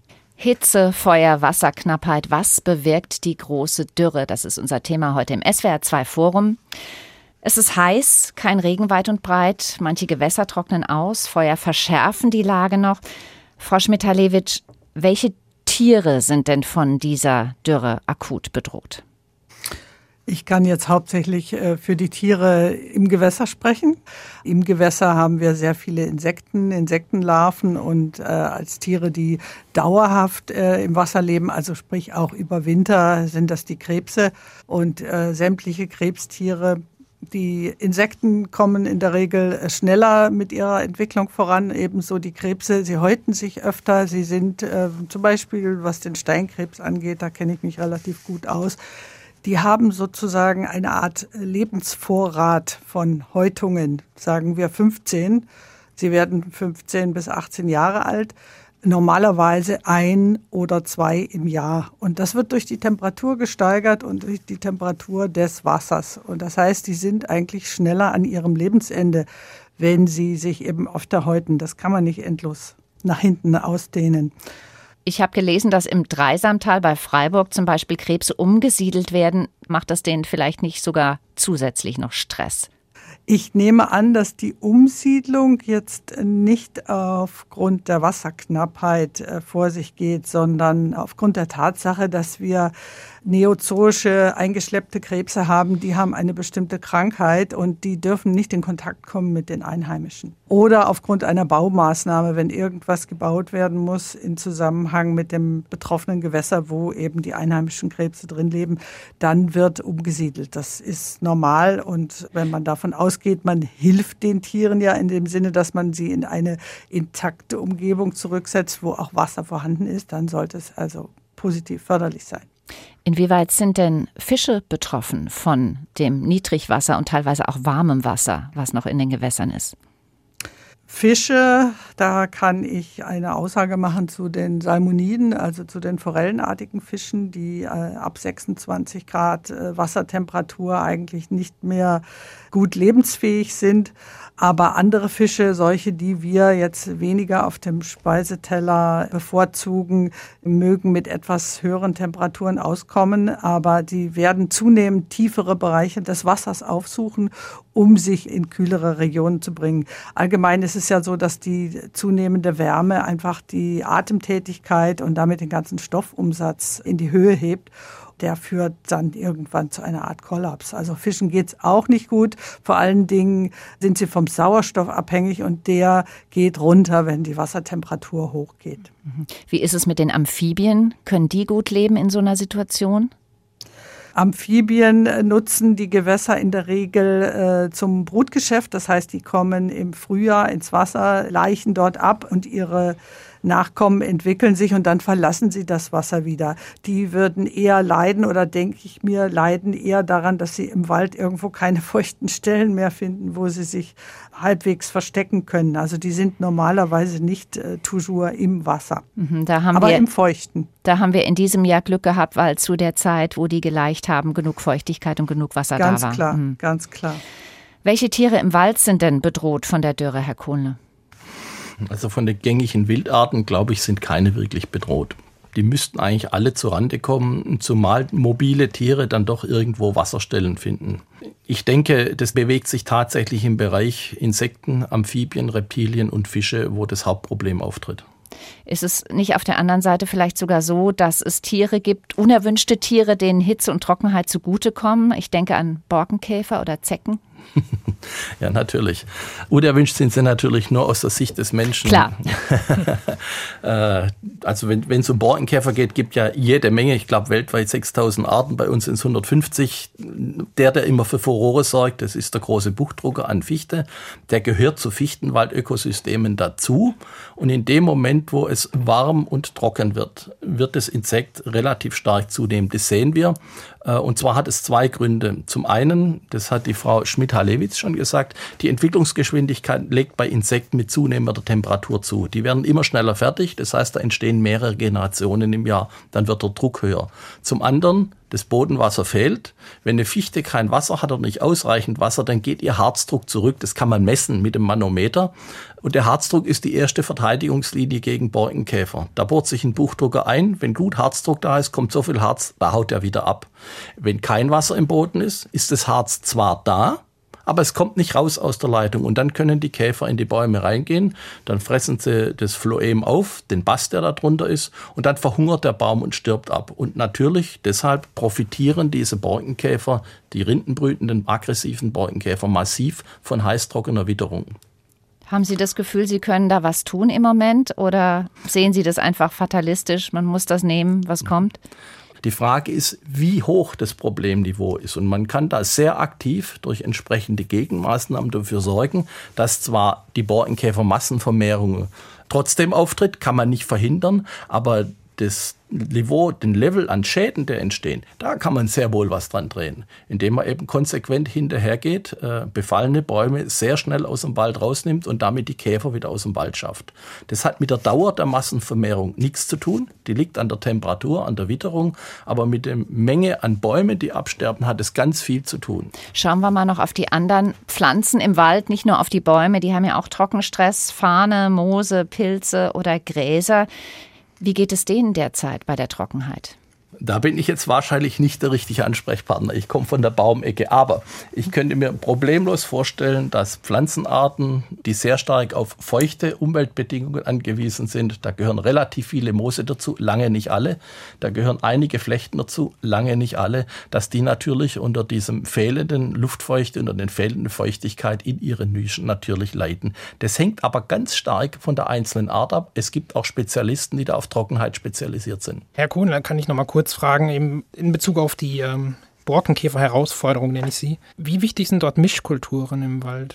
Hitze, Feuer, Wasserknappheit. Was bewirkt die große Dürre? Das ist unser Thema heute im SWR2 Forum. Es ist heiß, kein Regen weit und breit. Manche Gewässer trocknen aus. Feuer verschärfen die Lage noch. Frau Schmidt-Halewitsch, welche Tiere sind denn von dieser Dürre akut bedroht? Ich kann jetzt hauptsächlich für die Tiere im Gewässer sprechen. Im Gewässer haben wir sehr viele Insektenlarven und als Tiere, die dauerhaft im Wasser leben, also sprich auch über Winter, sind das die Krebse und sämtliche Krebstiere. Die Insekten kommen in der Regel schneller mit ihrer Entwicklung voran, ebenso die Krebse. Sie häuten sich öfter. Sie sind zum Beispiel, was den Steinkrebs angeht, da kenne ich mich relativ gut aus. Die haben sozusagen eine Art Lebensvorrat von Häutungen, sagen wir 15. Sie werden 15 bis 18 Jahre alt. Normalerweise 1 oder 2 im Jahr. Und das wird durch die Temperatur gesteigert und durch die Temperatur des Wassers. Und das heißt, die sind eigentlich schneller an ihrem Lebensende, wenn sie sich eben öfter häuten. Das kann man nicht endlos nach hinten ausdehnen. Ich habe gelesen, dass im Dreisamtal bei Freiburg zum Beispiel Krebse umgesiedelt werden. Macht das denen vielleicht nicht sogar zusätzlich noch Stress? Ich nehme an, dass die Umsiedlung jetzt nicht aufgrund der Wasserknappheit vor sich geht, sondern aufgrund der Tatsache, dass wir neozoische eingeschleppte Krebse haben, die haben eine bestimmte Krankheit und die dürfen nicht in Kontakt kommen mit den Einheimischen. Oder aufgrund einer Baumaßnahme, wenn irgendwas gebaut werden muss in Zusammenhang mit dem betroffenen Gewässer, wo eben die einheimischen Krebse drin leben, dann wird umgesiedelt. Das ist normal und wenn man davon ausgeht, man hilft den Tieren ja in dem Sinne, dass man sie in eine intakte Umgebung zurücksetzt, wo auch Wasser vorhanden ist, dann sollte es also positiv förderlich sein. Inwieweit sind denn Fische betroffen von dem Niedrigwasser und teilweise auch warmem Wasser, was noch in den Gewässern ist? Fische, da kann ich eine Aussage machen zu den Salmoniden, also zu den forellenartigen Fischen, die ab 26 Grad Wassertemperatur eigentlich nicht mehr gut lebensfähig sind. Aber andere Fische, solche, die wir jetzt weniger auf dem Speiseteller bevorzugen, mögen mit etwas höheren Temperaturen auskommen. Aber die werden zunehmend tiefere Bereiche des Wassers aufsuchen, um sich in kühlere Regionen zu bringen. Allgemein ist es ja so, dass die zunehmende Wärme einfach die Atemtätigkeit und damit den ganzen Stoffumsatz in die Höhe hebt. Der führt dann irgendwann zu einer Art Kollaps. Also Fischen geht's auch nicht gut. Vor allen Dingen sind sie vom Sauerstoff abhängig und der geht runter, wenn die Wassertemperatur hochgeht. Wie ist es mit den Amphibien? Können die gut leben in so einer Situation? Amphibien nutzen die Gewässer in der Regel zum Brutgeschäft. Das heißt, die kommen im Frühjahr ins Wasser, laichen dort ab und ihre Nachkommen entwickeln sich und dann verlassen sie das Wasser wieder. Die würden eher leiden oder denke ich mir, leiden eher daran, dass sie im Wald irgendwo keine feuchten Stellen mehr finden, wo sie sich halbwegs verstecken können. Also die sind normalerweise nicht toujours im Wasser, aber im Feuchten. Da haben wir in diesem Jahr Glück gehabt, weil zu der Zeit, wo die gelaicht haben, genug Feuchtigkeit und genug Wasser da war. Ganz klar, ganz klar. Welche Tiere im Wald sind denn bedroht von der Dürre, Herr Kohnle? Also von den gängigen Wildarten, glaube ich, sind keine wirklich bedroht. Die müssten eigentlich alle zurande kommen, zumal mobile Tiere dann doch irgendwo Wasserstellen finden. Ich denke, das bewegt sich tatsächlich im Bereich Insekten, Amphibien, Reptilien und Fische, wo das Hauptproblem auftritt. Ist es nicht auf der anderen Seite vielleicht sogar so, dass es Tiere gibt, unerwünschte Tiere, denen Hitze und Trockenheit zugutekommen? Ich denke an Borkenkäfer oder Zecken. Ja, natürlich. Unerwünscht sind sie natürlich nur aus der Sicht des Menschen. Klar. Also wenn es um Borkenkäfer geht, gibt ja jede Menge, ich glaube weltweit 6.000 Arten, bei uns sind es 150. Der immer für Furore sorgt, das ist der große Buchdrucker an Fichte. Der gehört zu Fichtenwaldökosystemen dazu. Und in dem Moment, wo es warm und trocken wird, wird das Insekt relativ stark zunehmen. Das sehen wir. Und zwar hat es 2 Gründe. Zum einen, das hat die Frau Schmidt-Halewitz schon gesagt, die Entwicklungsgeschwindigkeit legt bei Insekten mit zunehmender Temperatur zu. Die werden immer schneller fertig, das heißt, da entstehen mehrere Generationen im Jahr. Dann wird der Druck höher. Zum anderen, das Bodenwasser fehlt. Wenn eine Fichte kein Wasser hat oder nicht ausreichend Wasser, dann geht ihr Harzdruck zurück. Das kann man messen mit dem Manometer. Und der Harzdruck ist die erste Verteidigungslinie gegen Borkenkäfer. Da bohrt sich ein Buchdrucker ein. Wenn gut Harzdruck da ist, kommt so viel Harz, da haut er wieder ab. Wenn kein Wasser im Boden ist, ist das Harz zwar da, aber es kommt nicht raus aus der Leitung. Und dann können die Käfer in die Bäume reingehen, dann fressen sie das Phloem auf, den Bast, der da drunter ist, und dann verhungert der Baum und stirbt ab. Und natürlich, deshalb profitieren diese Borkenkäfer, die rindenbrütenden, aggressiven Borkenkäfer, massiv von heißtrockener Witterung. Haben Sie das Gefühl, Sie können da was tun im Moment oder sehen Sie das einfach fatalistisch, man muss das nehmen, was kommt? Die Frage ist, wie hoch das Problemniveau ist. Und man kann da sehr aktiv durch entsprechende Gegenmaßnahmen dafür sorgen, dass zwar die Borkenkäfermassenvermehrung trotzdem auftritt, kann man nicht verhindern, aber den Level an Schäden, der entstehen, da kann man sehr wohl was dran drehen, indem man eben konsequent hinterhergeht, befallene Bäume sehr schnell aus dem Wald rausnimmt und damit die Käfer wieder aus dem Wald schafft. Das hat mit der Dauer der Massenvermehrung nichts zu tun. Die liegt an der Temperatur, an der Witterung, aber mit der Menge an Bäumen, die absterben, hat es ganz viel zu tun. Schauen wir mal noch auf die anderen Pflanzen im Wald, nicht nur auf die Bäume, die haben ja auch Trockenstress, Farne, Moose, Pilze oder Gräser. Wie geht es denen derzeit bei der Trockenheit? Da bin ich jetzt wahrscheinlich nicht der richtige Ansprechpartner. Ich komme von der Baumecke. Aber ich könnte mir problemlos vorstellen, dass Pflanzenarten, die sehr stark auf feuchte Umweltbedingungen angewiesen sind, da gehören relativ viele Moose dazu, lange nicht alle. Da gehören einige Flechten dazu, lange nicht alle. Dass die natürlich unter diesem fehlenden Luftfeuchte, unter den fehlenden Feuchtigkeit in ihren Nischen natürlich leiden. Das hängt aber ganz stark von der einzelnen Art ab. Es gibt auch Spezialisten, die da auf Trockenheit spezialisiert sind. Herr Kuhn, da kann ich noch mal kurz fragen, eben in Bezug auf die Borkenkäfer-Herausforderung, nenne ich sie. Wie wichtig sind dort Mischkulturen im Wald?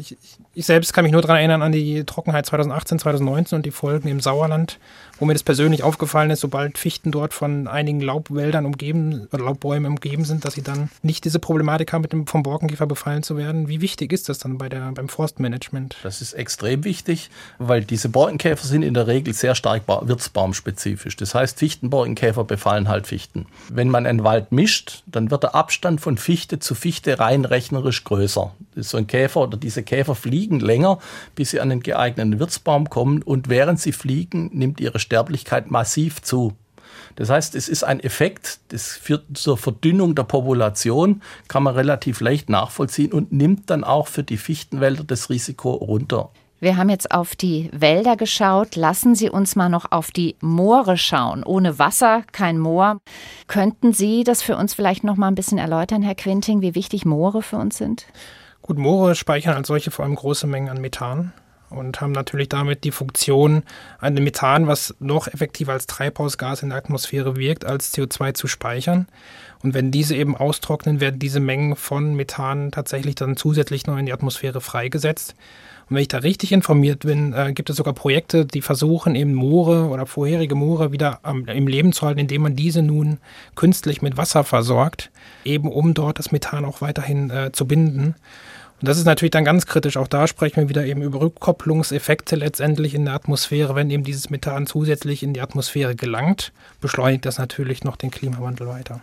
Ich selbst kann mich nur daran erinnern an die Trockenheit 2018, 2019 und die Folgen im Sauerland, wo mir das persönlich aufgefallen ist, sobald Fichten dort von einigen Laubwäldern umgeben oder Laubbäumen umgeben sind, dass sie dann nicht diese Problematik haben, vom Borkenkäfer befallen zu werden. Wie wichtig ist das dann beim Forstmanagement? Das ist extrem wichtig, weil diese Borkenkäfer sind in der Regel sehr stark wirtsbaumspezifisch. Das heißt, Fichtenborkenkäfer befallen halt Fichten. Wenn man einen Wald mischt, dann wird der Abstand von Fichte zu Fichte rein rechnerisch größer. Das ist so ein Käfer oder diese Käfer fliegen länger, bis sie an den geeigneten Wirtsbaum kommen und während sie fliegen, nimmt ihre Sterblichkeit massiv zu. Das heißt, es ist ein Effekt, das führt zur Verdünnung der Population, kann man relativ leicht nachvollziehen und nimmt dann auch für die Fichtenwälder das Risiko runter. Wir haben jetzt auf die Wälder geschaut. Lassen Sie uns mal noch auf die Moore schauen. Ohne Wasser kein Moor. Könnten Sie das für uns vielleicht noch mal ein bisschen erläutern, Herr Quinting, wie wichtig Moore für uns sind? Gut, Moore speichern als solche vor allem große Mengen an Methan und haben natürlich damit die Funktion, an dem Methan, was noch effektiver als Treibhausgas in der Atmosphäre wirkt, als CO2 zu speichern. Und wenn diese eben austrocknen, werden diese Mengen von Methan tatsächlich dann zusätzlich noch in die Atmosphäre freigesetzt. Und wenn ich da richtig informiert bin, gibt es sogar Projekte, die versuchen, eben Moore oder vorherige Moore wieder im Leben zu halten, indem man diese nun künstlich mit Wasser versorgt, eben um dort das Methan auch weiterhin zu binden. Und das ist natürlich dann ganz kritisch. Auch da sprechen wir wieder eben über Rückkopplungseffekte letztendlich in der Atmosphäre. Wenn eben dieses Methan zusätzlich in die Atmosphäre gelangt, beschleunigt das natürlich noch den Klimawandel weiter.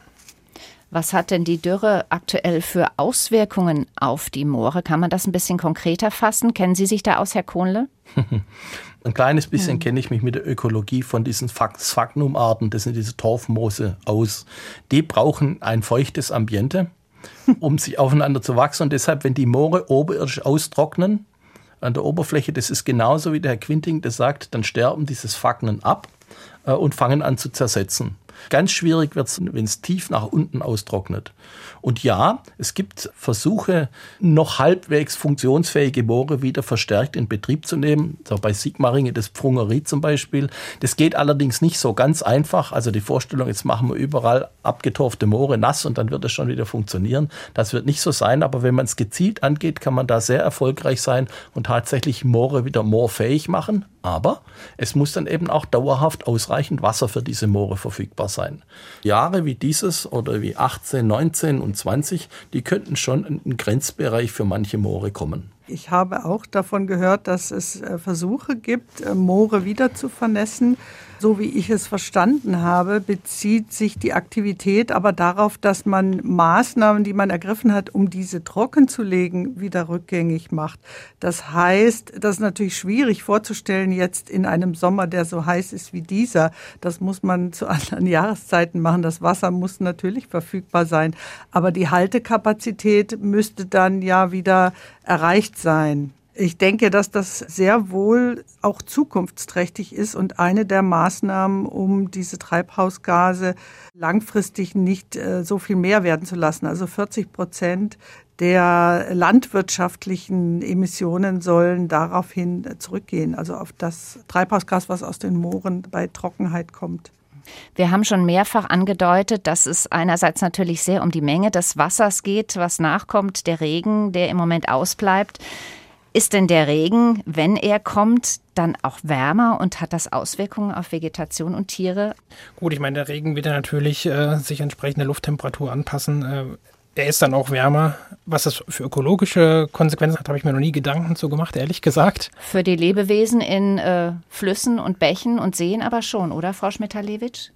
Was hat denn die Dürre aktuell für Auswirkungen auf die Moore? Kann man das ein bisschen konkreter fassen? Kennen Sie sich da aus, Herr Kohnle? Ein kleines bisschen kenne ich mich mit der Ökologie von diesen Sphagnum-Arten, das sind diese Torfmoose, aus. Die brauchen ein feuchtes Ambiente, um sich aufeinander zu wachsen. Und deshalb, wenn die Moore oberirdisch austrocknen, an der Oberfläche, das ist genauso wie der Herr Quinting das sagt, dann sterben diese Sphagnen ab und fangen an zu zersetzen. Ganz schwierig wird es, wenn es tief nach unten austrocknet. Und ja, es gibt Versuche, noch halbwegs funktionsfähige Moore wieder verstärkt in Betrieb zu nehmen. So bei Sigmaringen, das Pfrungerie zum Beispiel. Das geht allerdings nicht so ganz einfach. Also die Vorstellung, jetzt machen wir überall abgetorfte Moore nass und dann wird es schon wieder funktionieren. Das wird nicht so sein, aber wenn man es gezielt angeht, kann man da sehr erfolgreich sein und tatsächlich Moore wieder moorfähig machen. Aber es muss dann eben auch dauerhaft ausreichend Wasser für diese Moore verfügbar sein. Jahre wie dieses oder wie 18, 19 und 20, die könnten schon in den Grenzbereich für manche Moore kommen. Ich habe auch davon gehört, dass es Versuche gibt, Moore wieder zu vernässen. So wie ich es verstanden habe, bezieht sich die Aktivität aber darauf, dass man Maßnahmen, die man ergriffen hat, um diese trocken zu legen, wieder rückgängig macht. Das heißt, das ist natürlich schwierig vorzustellen jetzt in einem Sommer, der so heiß ist wie dieser. Das muss man zu anderen Jahreszeiten machen. Das Wasser muss natürlich verfügbar sein. Aber die Haltekapazität müsste dann ja wieder erreicht sein. Ich denke, dass das sehr wohl auch zukunftsträchtig ist und eine der Maßnahmen, um diese Treibhausgase langfristig nicht so viel mehr werden zu lassen. Also 40% der landwirtschaftlichen Emissionen sollen daraufhin zurückgehen, also auf das Treibhausgas, was aus den Mooren bei Trockenheit kommt. Wir haben schon mehrfach angedeutet, dass es einerseits natürlich sehr um die Menge des Wassers geht, was nachkommt, der Regen, der im Moment ausbleibt. Ist denn der Regen, wenn er kommt, dann auch wärmer und hat das Auswirkungen auf Vegetation und Tiere? Gut, ich meine, der Regen wird ja natürlich sich entsprechend der Lufttemperatur anpassen. Er ist dann auch wärmer. Was das für ökologische Konsequenzen hat, habe ich mir noch nie Gedanken zu gemacht, ehrlich gesagt. Für die Lebewesen in Flüssen und Bächen und Seen aber schon, oder, Frau Schmittalewitsch?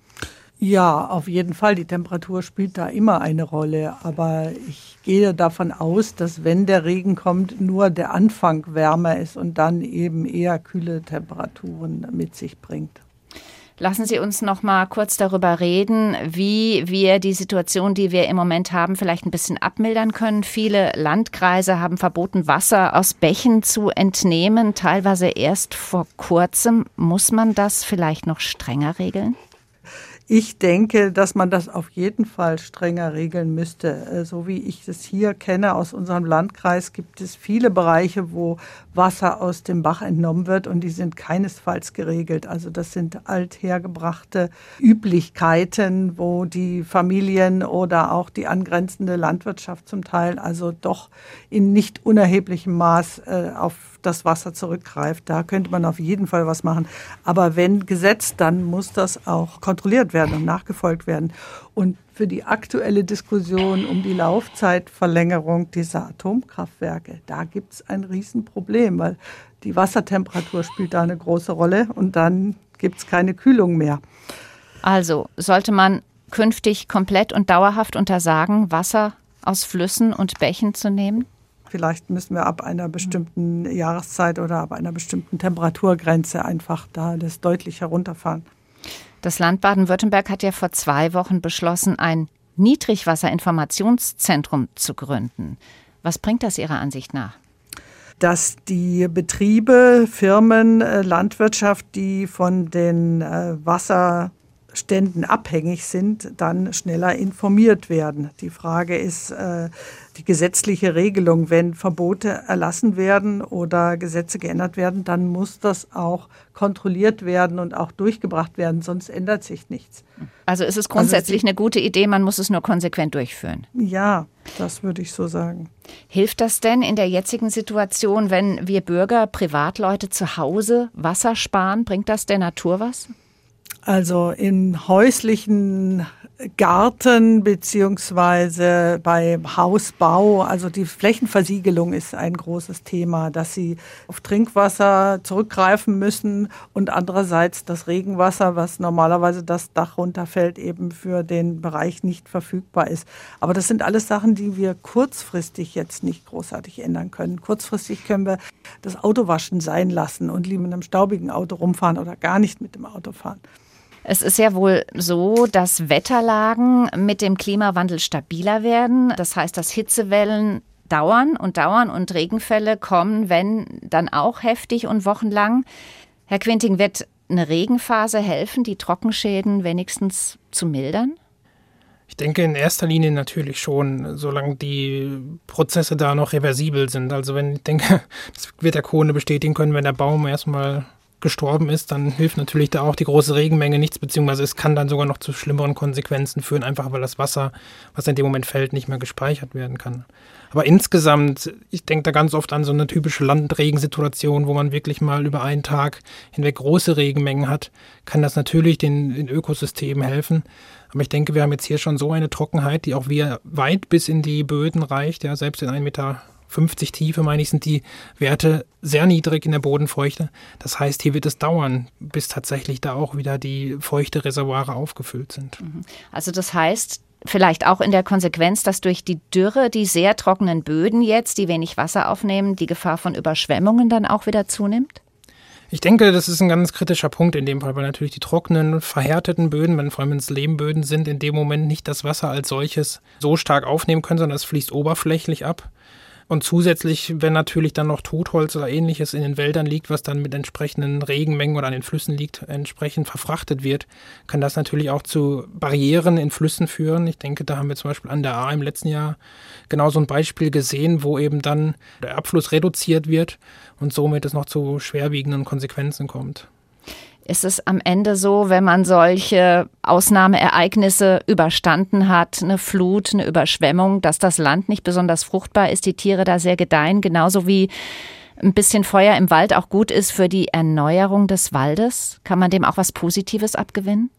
Ja, auf jeden Fall. Die Temperatur spielt da immer eine Rolle. Aber ich gehe davon aus, dass wenn der Regen kommt, nur der Anfang wärmer ist und dann eben eher kühle Temperaturen mit sich bringt. Lassen Sie uns noch mal kurz darüber reden, wie wir die Situation, die wir im Moment haben, vielleicht ein bisschen abmildern können. Viele Landkreise haben verboten, Wasser aus Bächen zu entnehmen, teilweise erst vor kurzem. Muss man das vielleicht noch strenger regeln? Ich denke, dass man das auf jeden Fall strenger regeln müsste. So wie ich es hier kenne aus unserem Landkreis, gibt es viele Bereiche, wo Wasser aus dem Bach entnommen wird und die sind keinesfalls geregelt. Also das sind althergebrachte Üblichkeiten, wo die Familien oder auch die angrenzende Landwirtschaft zum Teil also doch in nicht unerheblichem Maß auf das Wasser zurückgreift. Da könnte man auf jeden Fall was machen. Aber wenn gesetzt, dann muss das auch kontrolliert werden und nachgefolgt werden. Und für die aktuelle Diskussion um die Laufzeitverlängerung dieser Atomkraftwerke, da gibt es ein Riesenproblem, weil die Wassertemperatur spielt da eine große Rolle und dann gibt es keine Kühlung mehr. Also sollte man künftig komplett und dauerhaft untersagen, Wasser aus Flüssen und Bächen zu nehmen? Vielleicht müssen wir ab einer bestimmten Jahreszeit oder ab einer bestimmten Temperaturgrenze einfach da das deutlich herunterfahren. Das Land Baden-Württemberg hat ja vor 2 Wochen beschlossen, ein Niedrigwasserinformationszentrum zu gründen. Was bringt das Ihrer Ansicht nach? Dass die Betriebe, Firmen, Landwirtschaft, die von den Wasserständen abhängig sind, dann schneller informiert werden. Die Frage ist die gesetzliche Regelung. Wenn Verbote erlassen werden oder Gesetze geändert werden, dann muss das auch kontrolliert werden und auch durchgebracht werden, sonst ändert sich nichts. Also ist es grundsätzlich eine gute Idee, man muss es nur konsequent durchführen? Ja, das würde ich so sagen. Hilft das denn in der jetzigen Situation, wenn wir Bürger, Privatleute zu Hause Wasser sparen? Bringt das der Natur was? Also in häuslichen Garten beziehungsweise beim Hausbau, also die Flächenversiegelung ist ein großes Thema, dass sie auf Trinkwasser zurückgreifen müssen und andererseits das Regenwasser, was normalerweise das Dach runterfällt, eben für den Bereich nicht verfügbar ist. Aber das sind alles Sachen, die wir kurzfristig jetzt nicht großartig ändern können. Kurzfristig können wir das Autowaschen sein lassen und lieber mit einem staubigen Auto rumfahren oder gar nicht mit dem Auto fahren. Es ist ja wohl so, dass Wetterlagen mit dem Klimawandel stabiler werden. Das heißt, dass Hitzewellen dauern und Regenfälle kommen, wenn dann auch heftig und wochenlang. Herr Quinting, wird eine Regenphase helfen, die Trockenschäden wenigstens zu mildern? Ich denke in erster Linie natürlich schon, solange die Prozesse da noch reversibel sind. Also wenn ich denke, das wird der Kohne bestätigen können, wenn der Baum erstmal gestorben ist, dann hilft natürlich da auch die große Regenmenge nichts, beziehungsweise es kann dann sogar noch zu schlimmeren Konsequenzen führen, einfach weil das Wasser, was in dem Moment fällt, nicht mehr gespeichert werden kann. Aber insgesamt, ich denke da ganz oft an so eine typische Landregensituation, wo man wirklich mal über einen Tag hinweg große Regenmengen hat, kann das natürlich den Ökosystemen helfen. Aber ich denke, wir haben jetzt hier schon so eine Trockenheit, die auch wieder weit bis in die Böden reicht, ja, selbst in 1,50 Meter Tiefe, meine ich, sind die Werte sehr niedrig in der Bodenfeuchte. Das heißt, hier wird es dauern, bis tatsächlich da auch wieder die feuchte Reservoire aufgefüllt sind. Also das heißt vielleicht auch in der Konsequenz, dass durch die Dürre, die sehr trockenen Böden jetzt, die wenig Wasser aufnehmen, die Gefahr von Überschwemmungen dann auch wieder zunimmt? Ich denke, das ist ein ganz kritischer Punkt in dem Fall, weil natürlich die trockenen, verhärteten Böden, vor allem wenn es Lehmböden sind, in dem Moment nicht das Wasser als solches so stark aufnehmen können, sondern es fließt oberflächlich ab. Und zusätzlich, wenn natürlich dann noch Totholz oder Ähnliches in den Wäldern liegt, was dann mit entsprechenden Regenmengen oder an den Flüssen liegt, entsprechend verfrachtet wird, kann das natürlich auch zu Barrieren in Flüssen führen. Ich denke, da haben wir zum Beispiel an der Ahr im letzten Jahr genau so ein Beispiel gesehen, wo eben dann der Abfluss reduziert wird und somit es noch zu schwerwiegenden Konsequenzen kommt. Ist es am Ende so, wenn man solche Ausnahmeereignisse überstanden hat, eine Flut, eine Überschwemmung, dass das Land nicht besonders fruchtbar ist, die Tiere da sehr gedeihen, genauso wie ein bisschen Feuer im Wald auch gut ist für die Erneuerung des Waldes? Kann man dem auch was Positives abgewinnen?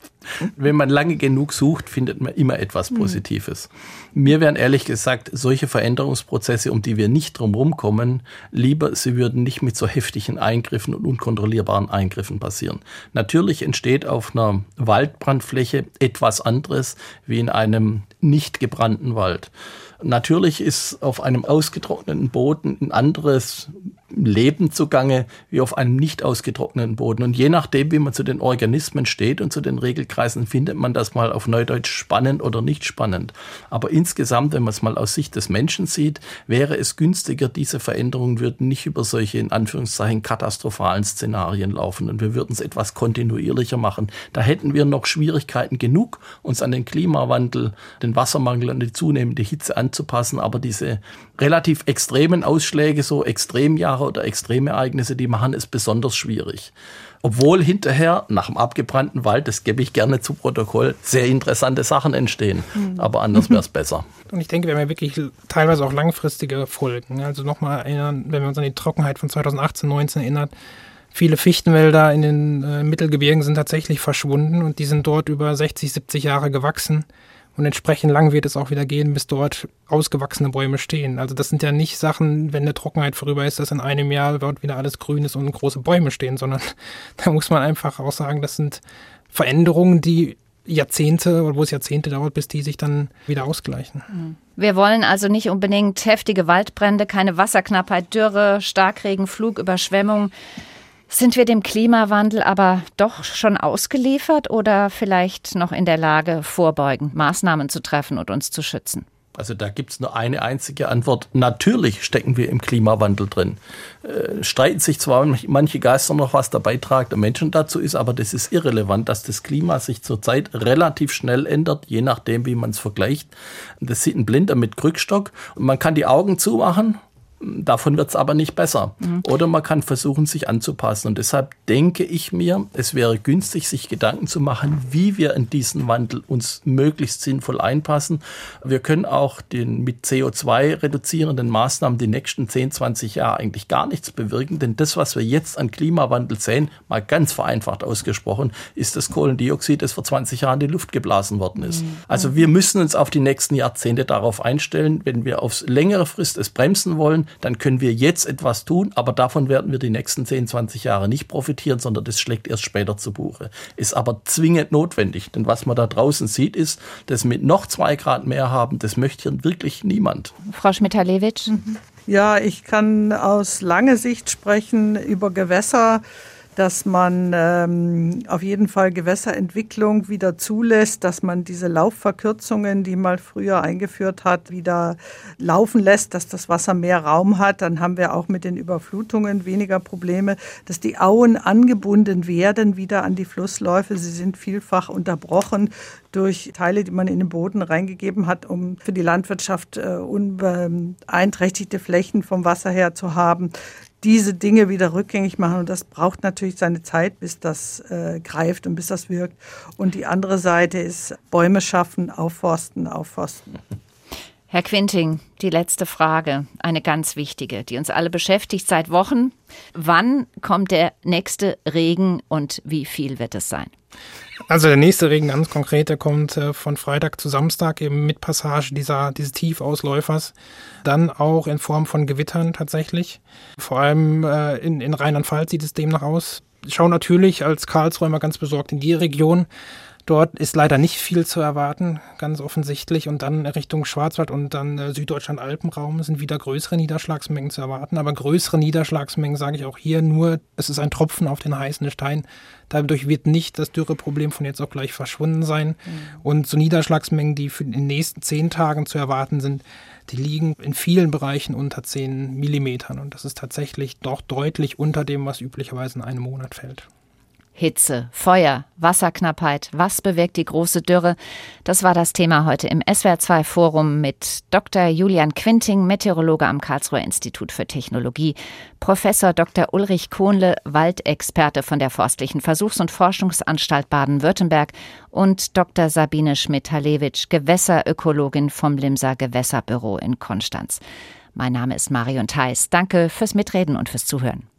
Wenn man lange genug sucht, findet man immer etwas Positives. Mir wären ehrlich gesagt solche Veränderungsprozesse, um die wir nicht drumherum kommen, lieber, sie würden nicht mit so heftigen Eingriffen und unkontrollierbaren Eingriffen passieren. Natürlich entsteht auf einer Waldbrandfläche etwas anderes wie in einem nicht gebrannten Wald. Natürlich ist auf einem ausgetrockneten Boden ein anderes Leben zugange wie auf einem nicht ausgetrockneten Boden. Und je nachdem, wie man zu den Organismen steht und zu den Regelkreisen, findet man das mal auf Neudeutsch spannend oder nicht spannend. Aber insgesamt, wenn man es mal aus Sicht des Menschen sieht, wäre es günstiger, diese Veränderungen würden nicht über solche, in Anführungszeichen, katastrophalen Szenarien laufen. Und wir würden es etwas kontinuierlicher machen. Da hätten wir noch Schwierigkeiten genug, uns an den Klimawandel, den Wassermangel und die zunehmende Hitze anzupassen. Aber diese relativ extremen Ausschläge, so Extremjahre oder Extremereignisse, die machen es besonders schwierig. Obwohl hinterher, nach dem abgebrannten Wald, das gebe ich gerne zu Protokoll, sehr interessante Sachen entstehen. Aber anders wäre es besser. Und ich denke, wir haben ja wirklich teilweise auch langfristige Folgen. Also nochmal erinnern, wenn wir uns an die Trockenheit von 2018, 19 erinnern, viele Fichtenwälder in den Mittelgebirgen sind tatsächlich verschwunden und die sind dort über 60, 70 Jahre gewachsen. Und entsprechend lang wird es auch wieder gehen, bis dort ausgewachsene Bäume stehen. Also das sind ja nicht Sachen, wenn eine Trockenheit vorüber ist, dass in einem Jahr dort wieder alles grün ist und große Bäume stehen, sondern da muss man einfach auch sagen, das sind Veränderungen, die Jahrzehnte oder wo es Jahrzehnte dauert, bis die sich dann wieder ausgleichen. Wir wollen also nicht unbedingt heftige Waldbrände, keine Wasserknappheit, Dürre, Starkregen, Flug, Überschwemmung. Sind wir dem Klimawandel aber doch schon ausgeliefert oder vielleicht noch in der Lage, vorbeugend Maßnahmen zu treffen und uns zu schützen? Also da gibt es nur eine einzige Antwort. Natürlich stecken wir im Klimawandel drin. Streiten sich zwar manche Geister noch, was der Beitrag der Menschen dazu ist, aber das ist irrelevant, dass das Klima sich zurzeit relativ schnell ändert, je nachdem, wie man es vergleicht. Das sieht ein Blinder mit Krückstock. Und man kann die Augen zumachen. Davon wird es aber nicht besser. Oder man kann versuchen, sich anzupassen. Und deshalb denke ich mir, es wäre günstig, sich Gedanken zu machen, wie wir in diesen Wandel uns möglichst sinnvoll einpassen. Wir können auch den mit CO2 reduzierenden Maßnahmen die nächsten 10, 20 Jahre eigentlich gar nichts bewirken. Denn das, was wir jetzt an Klimawandel sehen, mal ganz vereinfacht ausgesprochen, ist das Kohlendioxid, das vor 20 Jahren in die Luft geblasen worden ist. Also wir müssen uns auf die nächsten Jahrzehnte darauf einstellen. Wenn wir auf längere Frist es bremsen wollen, dann können wir jetzt etwas tun, aber davon werden wir die nächsten 10, 20 Jahre nicht profitieren, sondern das schlägt erst später zu Buche. Ist aber zwingend notwendig, denn was man da draußen sieht, ist, dass wir noch 2 Grad mehr haben, das möchte hier wirklich niemand. Frau Schmittalewitsch? Ja, ich kann aus langer Sicht sprechen über Gewässer, dass man auf jeden Fall Gewässerentwicklung wieder zulässt, dass man diese Laufverkürzungen, die man früher eingeführt hat, wieder laufen lässt, dass das Wasser mehr Raum hat. Dann haben wir auch mit den Überflutungen weniger Probleme, dass die Auen angebunden werden wieder an die Flussläufe. Sie sind vielfach unterbrochen durch Teile, die man in den Boden reingegeben hat, um für die Landwirtschaft unbeeinträchtigte Flächen vom Wasser her zu haben. Diese Dinge wieder rückgängig machen. Und das braucht natürlich seine Zeit, bis das greift und bis das wirkt. Und die andere Seite ist Bäume schaffen, aufforsten. Herr Quinting, die letzte Frage, eine ganz wichtige, die uns alle beschäftigt seit Wochen. Wann kommt der nächste Regen und wie viel wird es sein? Also der nächste Regen ganz konkret, der kommt von Freitag zu Samstag eben mit Passage dieses Tiefausläufers. Dann auch in Form von Gewittern tatsächlich. Vor allem in Rheinland-Pfalz sieht es demnach aus. Ich schaue natürlich als Karlsruher ganz besorgt in die Region. Dort ist leider nicht viel zu erwarten, ganz offensichtlich. Und dann Richtung Schwarzwald und dann Süddeutschland-Alpenraum sind wieder größere Niederschlagsmengen zu erwarten. Aber größere Niederschlagsmengen sage ich auch hier nur, es ist ein Tropfen auf den heißen Stein. Dadurch wird nicht das Dürreproblem von jetzt auch gleich verschwunden sein. Und so Niederschlagsmengen, die für den nächsten 10 Tagen zu erwarten sind, die liegen in vielen Bereichen unter 10 Millimetern. Und das ist tatsächlich doch deutlich unter dem, was üblicherweise in einem Monat fällt. Hitze, Feuer, Wasserknappheit, was bewirkt die große Dürre? Das war das Thema heute im SWR2 Forum mit Dr. Julian Quinting, Meteorologe am Karlsruher Institut für Technologie, Professor Dr. Ulrich Kohnle, Waldexperte von der Forstlichen Versuchs- und Forschungsanstalt Baden-Württemberg und Dr. Sabine Schmidt-Halewitsch, Gewässerökologin vom Limser Gewässerbüro in Konstanz. Mein Name ist Marion Theis. Danke fürs Mitreden und fürs Zuhören.